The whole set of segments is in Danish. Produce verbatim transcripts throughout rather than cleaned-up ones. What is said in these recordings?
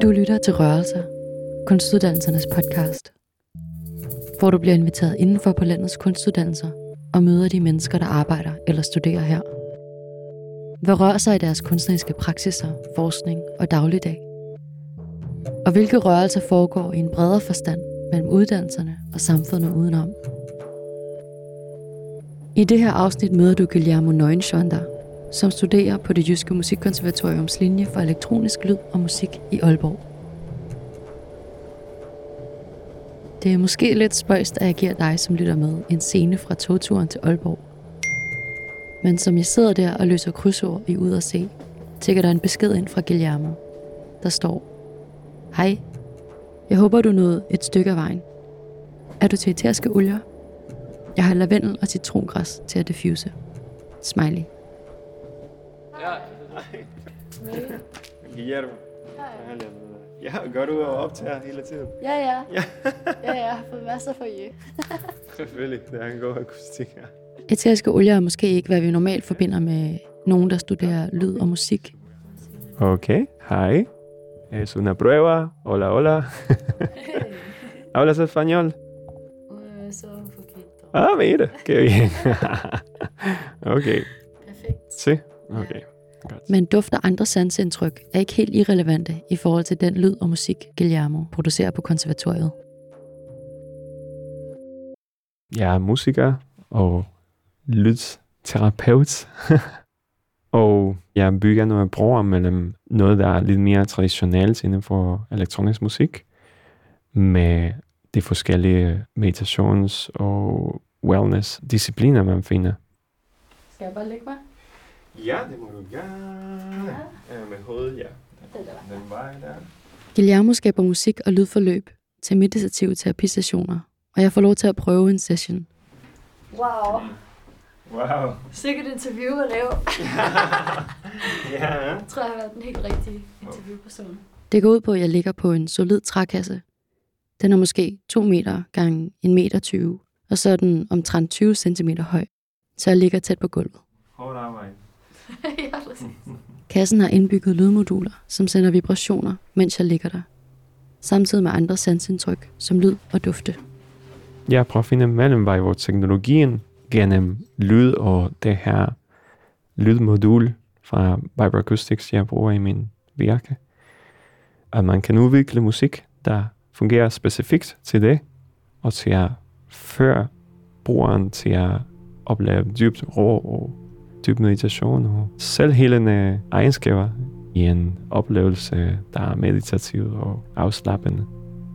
Du lytter til Rørelser, kunstuddannelsernes podcast, hvor du bliver inviteret indenfor på landets kunstuddannelser og møder de mennesker, der arbejder eller studerer her. Hvad rører sig i deres kunstneriske praksiser, forskning og dagligdag? Og hvilke rørelser foregår i en bredere forstand mellem uddannelserne og samfundet udenom? I det her afsnit møder du Guillermo Neuenschwander, som studerer på Det Jyske Musikkonservatoriums linje for elektronisk lyd og musik i Aalborg. Det er måske lidt spøjst, at jeg giver dig, som lytter med, en scene fra togturen til Aalborg. Men som jeg sidder der og løser krydsord i ud og se, tækker der en besked ind fra Guillermo, der står: Hej, jeg håber du nåede et stykke af vejen. Er du til eteriske olier? Jeg har lavendel og citrongræs til at diffuse. Smiley. Ja, hej. Guillermo. Hej. Ja, gør du op til her hele tiden? Ja, ja. Ja, ja, jeg har fået masser for jer. Selvfølgelig, det er en god akustik her. Eteriske olier er måske ikke, hvad vi normalt forbinder med nogen, der studerer lyd og musik. Okay, hej. Es una prueba. Hola, hola. ¿Hablas español? Uh, så un poquito. Ah, mira, qué bien. Okay. Perfekt. Sí, okay. Godt. Men duft og andre sanseindtryk er ikke helt irrelevante i forhold til den lyd og musik, Guillermo producerer på konservatoriet. Jeg er musiker og lydterapeut. Og jeg bygger nogle broer mellem noget, der er lidt mere traditionelt inden for elektronisk musik, med de forskellige meditations- og wellness-discipliner, man finder. Skal jeg bare lægge mig? Ja, det må du gerne. Ja. Med hovedet, ja. Den, den vej der. Guillermo skaber musik og lydforløb til meditative terapistationer, og jeg får lov til at prøve en session. Wow. Wow. Sikkert interview at lave. Ja. Jeg tror, jeg har været den helt rigtige interviewperson. Det går ud på, at jeg ligger på en solid trækasse. Den er måske to meter gange en meter tyve, og så er den omtrent tyve centimeter høj, så jeg ligger tæt på gulvet. Hårdt arbejde. Ja, præcis. Kassen har indbygget lydmoduler, som sender vibrationer, mens jeg ligger der. Samtidig med andre sansindtryk, som lyd og dufte. Jeg prøver at finde mellemvej, hvor teknologien gennem lyd og det her lydmodul fra Vibroacoustics, jeg bruger i min virke, at man kan udvikle musik, der fungerer specifikt til det, og til at føre brugeren til at opleve dybt ro og dyb meditation og selvhelende egenskaber i en oplevelse, der er meditativ og afslappende.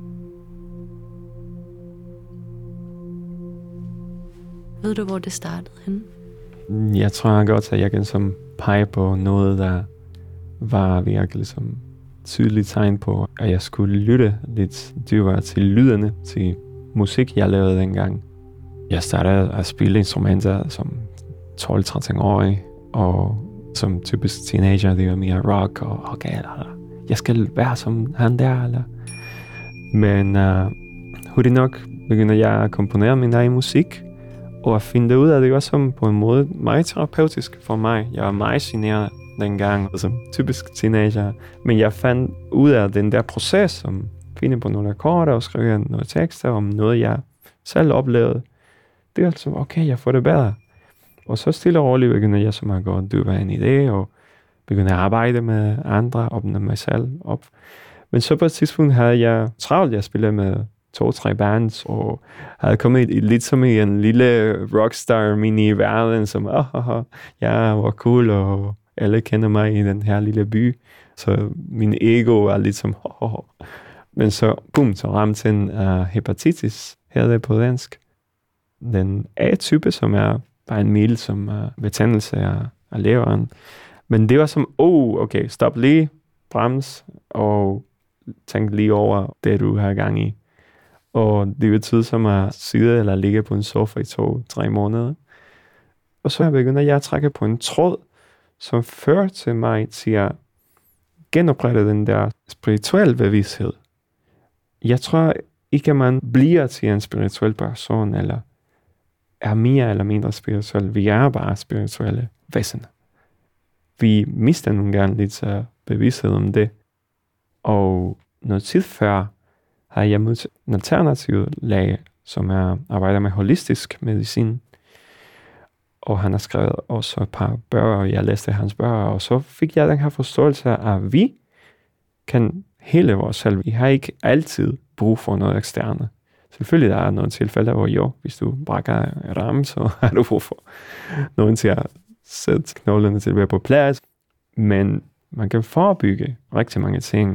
Ved du, hvor det startede henne? Jeg tror godt, at jeg kan som pege på noget, der var virkelig som tydeligt tegn på, at jeg skulle lytte lidt dybere til lydene, til musik, jeg lavede dengang. Jeg startede at spille instrumenter som tolv-tretten-årig, og som typisk teenager, det var mere rock og okay, eller jeg skal være som han der, eller. Men uh, hurtigt nok begyndte jeg at komponere min egen musik, og at finde ud af det var som på en måde meget terapeutisk for mig. Jeg var meget generet dengang, som typisk teenager, men jeg fandt ud af den der proces, som finde på nogle akkorder og skrive nogle tekster om noget, jeg selv oplevede. Det er altså, okay, jeg får det bedre. Og så stille og roligt begyndte jeg som at gå dybere ind i det, og begyndte at arbejde med andre, åbne mig selv op. Men så på et tidspunkt havde jeg travlt, jeg spillede med to-tre bands, og havde kommet i, lidt som i en lille rockstar mini-verden, som, åh, oh, oh, jeg var cool, og alle kender mig i den her lille by. Så min ego var lidt som, oh, oh. Men så, boom, så ramte en uh, hepatitis, her det på dansk. Den A-type, som er bare en mild som uh, betændelse af, af leveren. Men det var som, oh, okay, stop lige, brems, og tænk lige over det, du har gang i. Og det betyder som at sidde eller ligge på en sofa i to-tre måneder. Og så begynder jeg at trække på en tråd, som fører til mig til at genoprette den der spirituelle bevidsthed. Jeg tror ikke, at man bliver til en spirituel person, eller er mere eller mindre spirituel. Vi er bare spirituelle væsener. Vi mister nogle gange lidt bevidsthed om det. Og noget tid før har jeg mødt en alternativ læge, som er, arbejder med holistisk medicin. Og han har skrevet også et par bøger, og jeg læste hans bøger, og så fik jeg den her forståelse af, at vi kan hele vores selv. Vi har ikke altid brug for noget eksterne. Selvfølgelig der er nogle tilfælde, hvor jo, hvis du brækker et arm, så har du brug for nogen til at sætte knoglerne til at være på plads. Men man kan forebygge rigtig mange ting.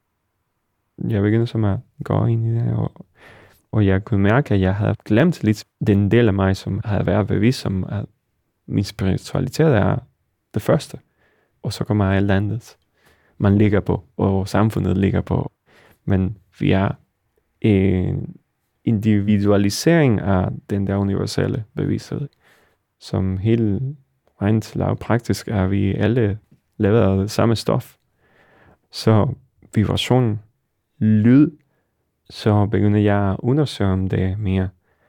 Jeg begyndte som at gå ind i det, og, og jeg kunne mærke, at jeg havde glemt lidt den del af mig, som havde været bevidst, som at min spiritualitet er det første. Og så kommer alt andet, man ligger på, og samfundet ligger på. Men vi er en individualisering af den der universelle bevidsthed, som helt rent lavpraktisk er vi alle lavet af det samme stof. Så vibration, lyd, så begynder jeg at undersøge om det mere,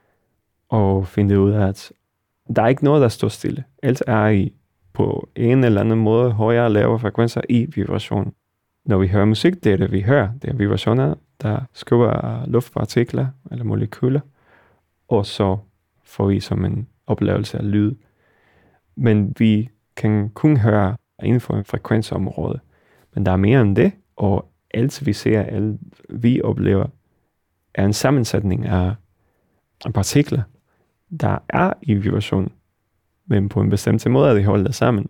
og finde ud af, at der er ikke noget, der står stille. Alt er i på en eller anden måde højere og lavere frekvenser i vibration. Når vi hører musik, det er det, vi hører. Det er vibrationer, der skubber luftpartikler eller molekyler, og så får vi som en oplevelse af lyd. Men vi kan kun høre inden for en frekvensområde. Men der er mere end det, og alt vi ser, alt vi oplever, er en sammensætning af partikler, der er i vibration, men på en bestemt måde at de holder det sammen.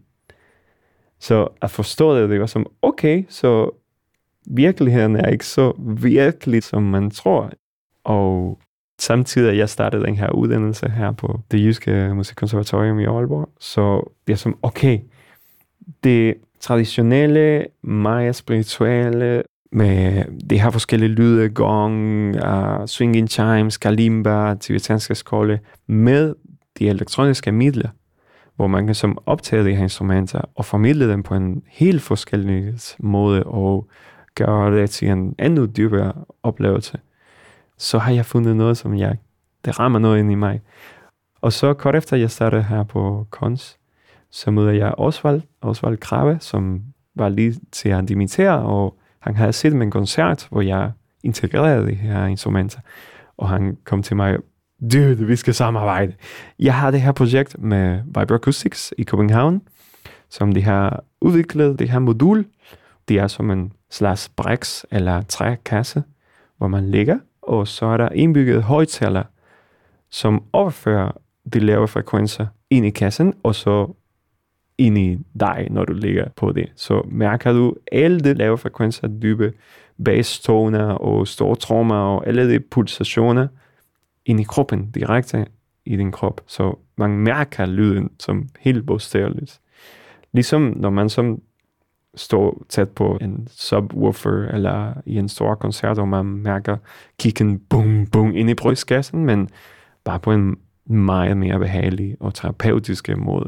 Så at forstå det, det var som, okay, så virkeligheden er ikke så virkelig, som man tror. Og samtidig, at jeg startede den her uddannelse her på det Jyske Musikkonservatorium i Aalborg, så det er som, okay, det traditionelle, meget spirituelle, med det her forskellige lyde, gong, uh, swinging chimes, kalimba, tibetanske skole, med de elektroniske midler, hvor man kan som optage de her instrumenter og formidle dem på en helt forskellig måde og gøre det til en endnu dybere oplevelse. Så har jeg fundet noget, som jeg, det rammer noget ind i mig. Og så kort efter jeg startede her på Kons, så møder jeg Osvald, Osvald Krabbe, som var lige til at dimittere, og han havde set med en koncert, hvor jeg integrerede de her instrumenter. Og han kom til mig, dude, vi skal samarbejde. Jeg har det her projekt med Vibroacoustics i København, som de har udviklet, det her modul. Det er som en slags briks eller trækasse, hvor man ligger, og så er der indbygget højttaler, som overfører de lave frekvenser ind i kassen, og så ind i dig, når du ligger på det. Så mærker du alle de lave frekvenser, dybe basstoner og store trommer og alle de pulsationer ind i kroppen, direkte i din krop. Så man mærker lyden som helt bogstaveligt. Ligesom når man som står tæt på en subwoofer eller i en stor koncert, og man mærker kicken bum bum ind i brystkassen, men bare på en meget mere behagelig og terapeutisk måde.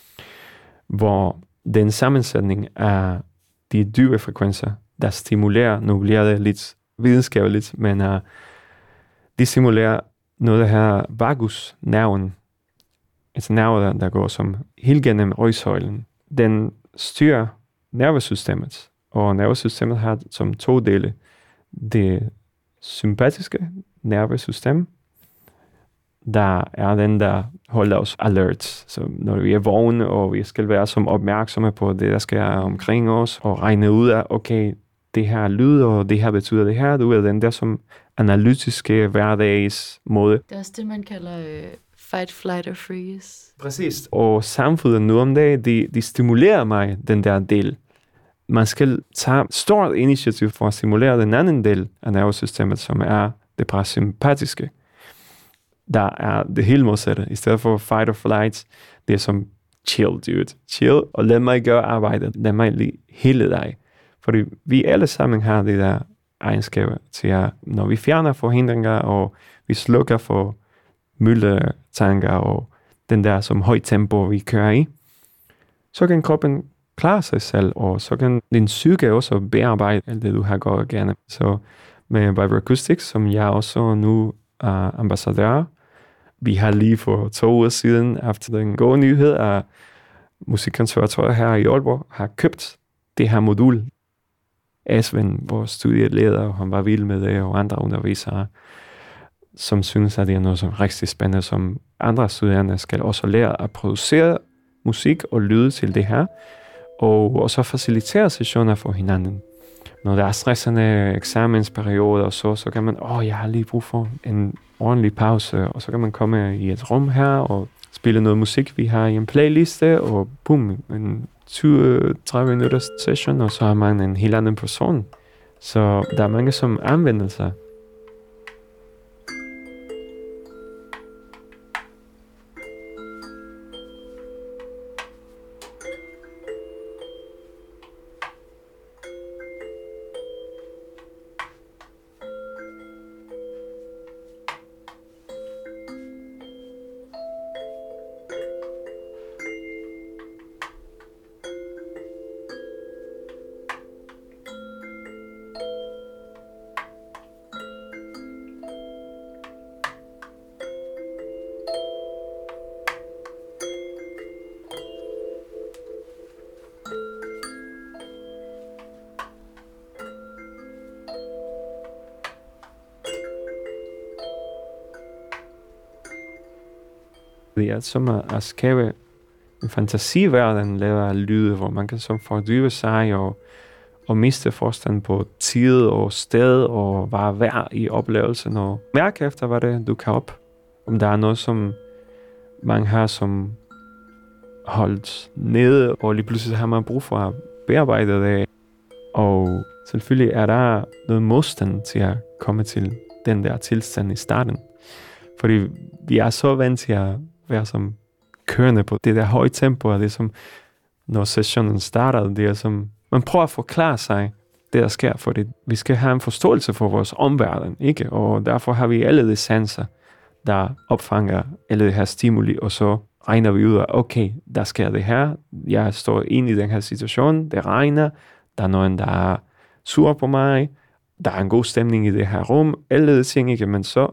Hvor den sammensætning af de dybe frekvenser, der stimulerer, nu bliver det lidt videnskabeligt, men uh, de stimulerer noget af her vagusnerven, altså nerver, der går som helt gennem rygsøjlen. Den styrer nervesystemet, og nervesystemet har som to dele. Det sympatiske nervesystem, der er den, der holder os alert. Så når vi er vågne, og vi skal være som opmærksomme på det, der sker omkring os, og regne ud af, okay, det her lyd, og det her betyder det her, du er den der som analytiske hverdags måde. Det er også det, man kalder øh, fight, flight or freeze. Præcis. Og samfundet nu om dagen, de, de stimulerer mig, den der del. Man skal tage stort initiativ for at stimulere den anden del af nervesystemet, som er det parasympatiske. Der er det hele modsatte. I stedet for fight or flight, det er som chill, dude. Chill, og lad mig gøre arbejdet. Lad mig lige hele dig. Fordi vi alle sammen har det der egenskaber til at, når vi fjerner forhindringer, og vi slukker for myldetanker, og den der som højt tempo, vi kører i, så kan kroppen klare sig selv, og så kan din psyke også bearbejde alt det, du har gået gerne. Så med Vibroacoustics, som jeg også nu er ambassadør, vi har lige for to uger siden haft den gode nyhed, at Musikkonservatoriet her i Aalborg har købt det her modul. Asven, vores studieleder, han var vild med det, og andre undervisere, som synes, at det er noget som rigtig spændende, som andre studerende skal også lære at producere musik og lyde til det her, og også facilitere sessioner for hinanden. Når der er stressende eksamensperioder og så, så kan man, åh, oh, jeg har lige brug for en ordentlig pause, og så kan man komme i et rum her og spille noget musik, vi har i en playliste, og boom, en tyve til tredive minutters session, og så har man en helt anden person. Så der er mange som anvendelser. Det er som at, at skabe en fantasiverden, laver lyde, hvor man kan som fordybe sig og, og miste forstand på tid og sted og bare være i oplevelsen og mærke efter, hvad det dukker op. Om der er noget, som man har som holdt nede, og lige pludselig har man brug for at bearbejde det. Og selvfølgelig er der noget modstand til at komme til den der tilstand i starten. Fordi vi er så vant til at være som kørende på det der høje tempo, og det er som, når sessionen starter, det er som, man prøver at forklare sig, det der sker, fordi vi skal have en forståelse for vores omverden, ikke? Og derfor har vi alle de sanser, der opfanger alle de her stimuli, og så regner vi ud af, okay, der sker det her, jeg står ind i den her situation, det regner, der er nogen, der er sur på mig, der er en god stemning i det her rum, alle de ting, ikke? Men så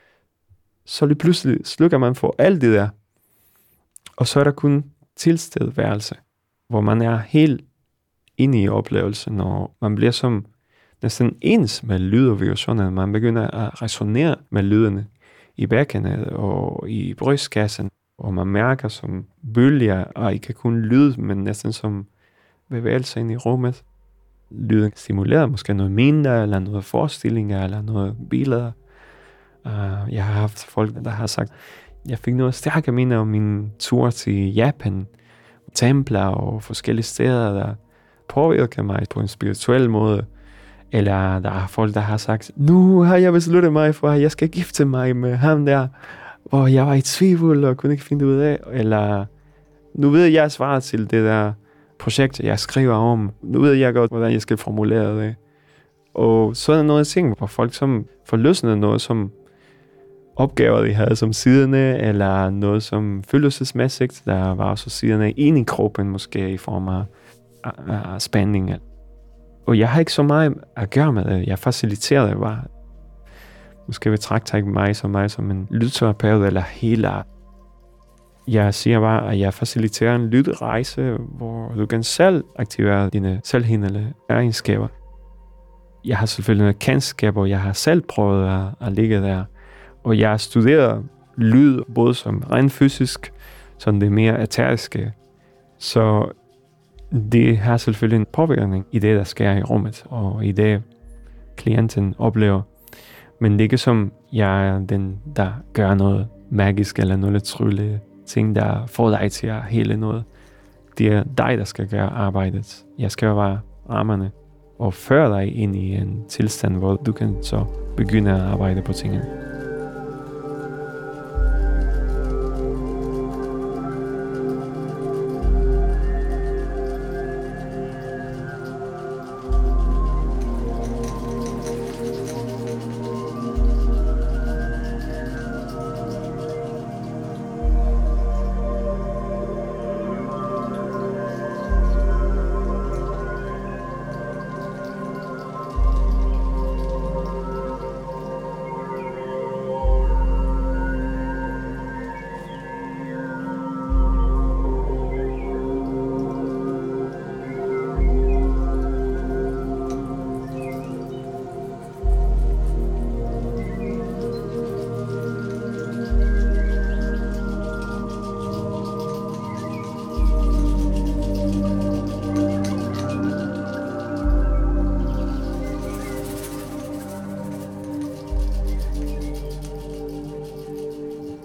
så lige pludselig slukker man for alt det der. Og så er der kun tilstedeværelse, hvor man er helt inde i oplevelsen, og man bliver som næsten ens med lyd og vibrationer. Man begynder at resonere med lydene i bækkenet og i brystkassen, og man mærker som bølger, og ikke kun lyd, men næsten som bevægelser ind i rummet. Lyden stimulerer måske noget mindre, eller noget forestillinger, eller noget billeder. Uh, jeg har haft folk, der har sagt, jeg fik noget stærke minder om min tur til Japan, templer og forskellige steder, der påvirker mig på en spirituel måde. Eller der er folk, der har sagt, nu har jeg besluttet mig for, at jeg skal gifte mig med ham der, hvor jeg var i tvivl og kunne ikke finde ud af. Eller nu ved jeg svaret til det der projekt, jeg skriver om. Nu ved jeg godt, hvordan jeg skal formulere det. Og så er der noget ting, hvor folk som får løsnet noget, som opgaver, de havde som siderne, eller noget som følelsesmæssigt, der var også siderne ind i kroppen, måske i form af, af, af spænding. Og jeg har ikke så meget at gøre med det. Jeg faciliterer det bare. Måske betragter ikke mig som mig som en lydterapeut eller healer. Jeg siger bare, at jeg faciliterer en lydrejse, hvor du kan selv aktivere dine selvhændende egenskaber. Jeg har selvfølgelig noget kendskab, og jeg har selv prøvet at, at ligge der. Og jeg studerer lyd, både som rent fysisk, som det mere æteriske. Så det har selvfølgelig en påvirkning i det, der sker i rummet, og i det, klienten oplever. Men det er ikke som, jeg er den, der gør noget magisk, eller noget trylle ting, der får dig til at hele noget. Det er dig, der skal gøre arbejdet. Jeg skal jo bare rammerne og føre dig ind i en tilstand, hvor du kan så begynde at arbejde på tingene.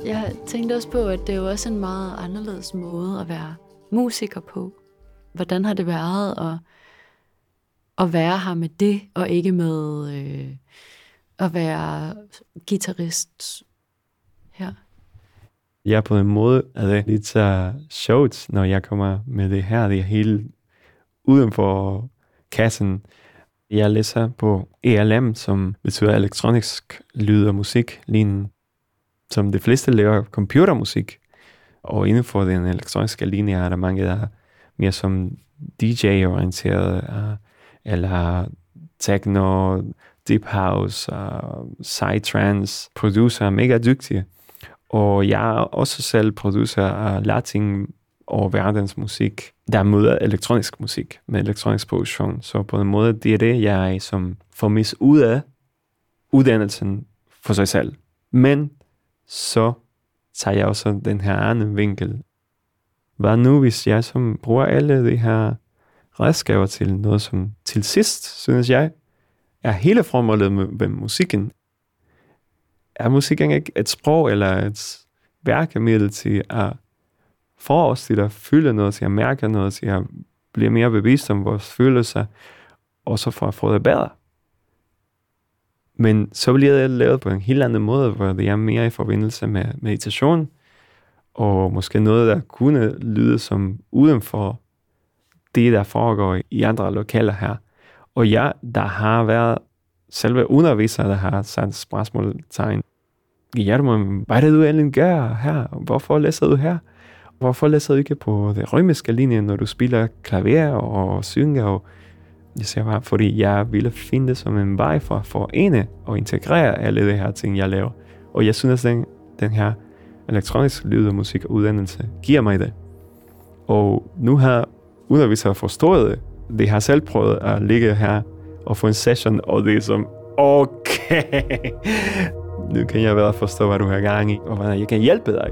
Jeg tænkte også på, at det er jo også en meget anderledes måde at være musiker på. Hvordan har det været at, at være her med det, og ikke med øh, at være guitarist her? Ja, på en måde er det lidt så sjovt, når jeg kommer med det her. Det er helt uden for kassen. Jeg læser på E L M, som betyder elektronisk lyd og musik, linjen, som de fleste laver computermusik. Og inden for den elektroniske linje er der mange, der er mere som D J-orienteret, eller techno, deep house, psytrance, producer, mega dygtige. Og jeg er også selv producer af latin og verdensmusik, der møder elektronisk musik med elektronisk produktion. Så på en måde, det er det, jeg som får mest ud af uddannelsen for sig selv. Men så tager jeg også den her anden vinkel. Hvad nu, hvis jeg som bruger alle de her redskaber til noget, som til sidst, synes jeg, er hele formålet med, med musikken. Er musikken ikke et sprog eller et værkemiddel til at få os til at føle noget, til at mærke noget, til at blive mere bevidst om vores følelser, og så for at få det bedre. Men så bliver det lavet på en helt anden måde, hvor det er mere i forbindelse med meditation, og måske noget, der kunne lyde som uden for det, der foregår i andre lokaler her. Og ja, der har været selve undervisere, der har sat spørgsmålstegn. Guillermo, hvad er det, du endelig gør her? Hvorfor læser du her? Hvorfor læser du ikke på det rytmiske linje, når du spiller klaver og synger? Og jeg siger bare, fordi jeg ville finde det som en vej for at forene og integrere alle de her ting, jeg laver. Og jeg synes, at den, den her elektronisk lyd- og musikuddannelse giver mig det. Og nu har undervisere forstået det. De har selv prøvet at ligge her og få en session, og det er som, okay, nu kan jeg være forstå, hvad du har gang i, og hvordan jeg kan hjælpe dig.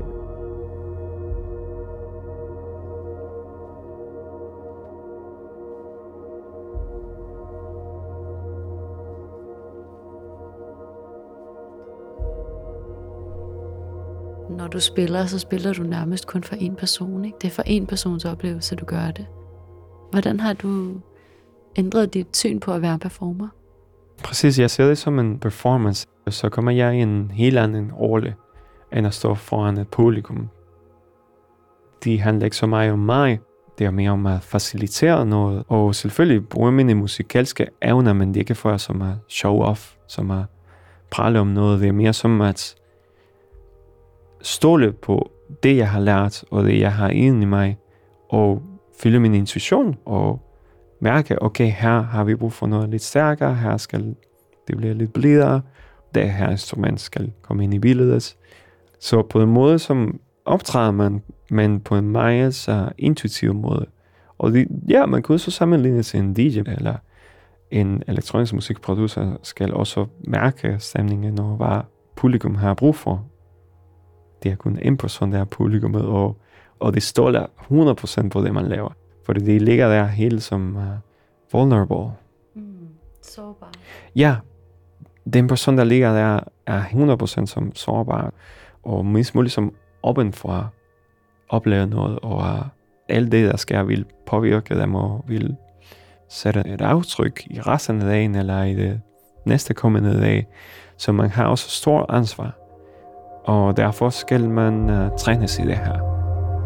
Når du spiller, så spiller du nærmest kun for en person, ikke? Det er for en persons oplevelse, du gør det. Hvordan har du ændret dit syn på at være performer? Præcis, jeg ser det som en performance. Så kommer jeg i en helt anden rolle, end at stå foran et publikum. De handler ikke så meget om mig. Det er mere om at facilitere noget. Og selvfølgelig bruge mine musikalske evner, men det er ikke for som at show off, som at prale om noget. Det er mere som at stole på det, jeg har lært, og det, jeg har inde i mig, og følge min intuition, og mærke, okay, her har vi brug for noget lidt stærkere, her skal det blive lidt blidere, det her instrument skal komme ind i billedet. Så på en måde, som optræder man, men på en meget så intuitiv måde. Og det, ja, man kunne så sammenligne til en D J, eller en elektronisk musikproducer skal også mærke stemningen, og hvad publikum har brug for. Det er kun en person, der er publikummet, og, og det stoler hundrede procent på det, man laver. Fordi det ligger der helt som uh, vulnerable. Mm, sårbar. Ja, den person, der ligger der, er hundrede procent som sårbar, og mindst muligt som åben for at opleve noget, og uh, alt det, der sker, vil påvirke dem, og vil sætte et aftryk i resten af dagen, eller i det næste kommende dag. Så man har også stor ansvar. Og derfor skal man uh, trænes i det her.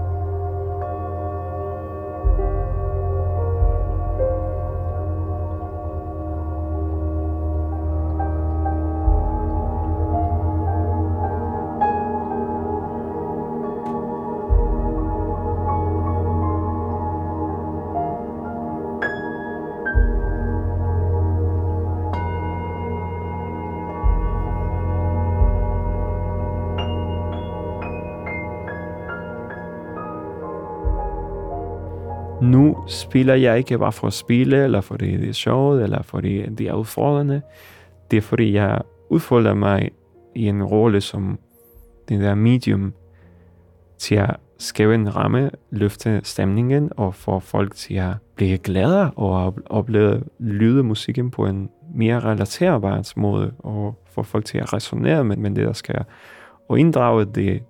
Nu spiller jeg ikke bare for at spille, eller fordi det er sjovt, eller fordi det er udfordrende. Det er fordi, jeg udfolder mig i en rolle som den der medium til at skabe en ramme, løfte stemningen, og få folk til at blive gladere og opleve lydemusikken på en mere relaterbar måde, og få folk til at resonere med, med det, der sker. Og inddrage det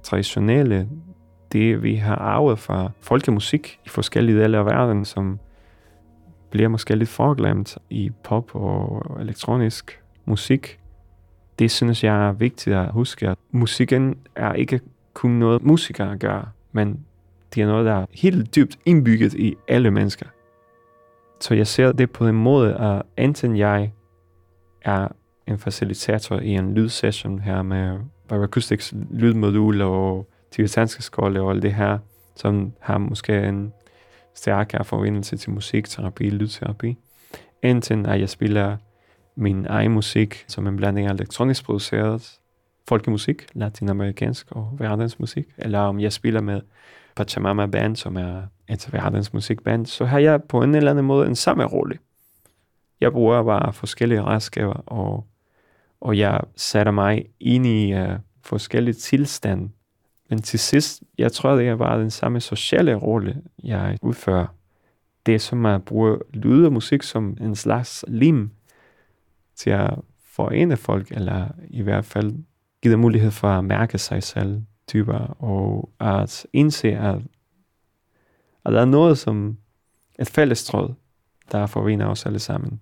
traditionelle, det vi har arvet fra folkemusik i forskellige dele af verden, som bliver måske lidt forglemt i pop og elektronisk musik. Det synes jeg er vigtigt at huske, at musikken er ikke kun noget musikere gør, men det er noget, der er helt dybt indbygget i alle mennesker. Så jeg ser det på den måde, at enten jeg er en facilitator i en lydsession her med Bioacoustics lydmodul og tibetanske skole og alt det her, som har måske en stærkere forbindelse til musikterapi, lydterapi. Enten at jeg spiller min egen musik, som en blanding af elektronisk produceret folkemusik, latinamerikansk og verdensmusik, eller om jeg spiller med Pachamama Band, som er et verdensmusikband, så har jeg på en eller anden måde en samme rolle. Jeg bruger bare forskellige redskaber, og, og jeg sætter mig ind i uh, forskellige tilstande. Men til sidst, jeg tror, det er bare den samme sociale rolle, jeg udfører. Det er som at bruge lyd og musik som en slags lim til at forene folk, eller i hvert fald give dem mulighed for at mærke sig selv typer, og at indse, at, at der er noget som et fælles tråd, der forener os alle sammen.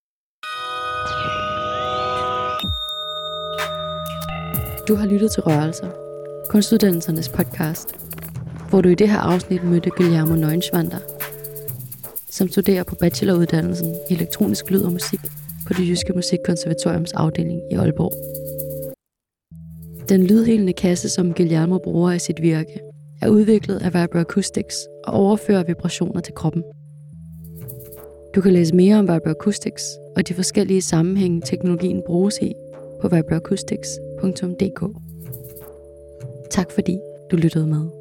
Du har lyttet til Rørelser, kunstuddannelsernes podcast, hvor du i det her afsnit mødte Guillermo Neuenschwander, som studerer på bacheloruddannelsen i elektronisk lyd og musik på Det Jyske Musikkonservatoriums afdeling i Aalborg. Den lydhelende kasse, som Guillermo bruger i sit virke, er udviklet af Vibroacoustics og overfører vibrationer til kroppen. Du kan læse mere om Vibroacoustics og de forskellige sammenhænge, teknologien bruges i på vibroacoustics punktum d k. Tak fordi du lyttede med.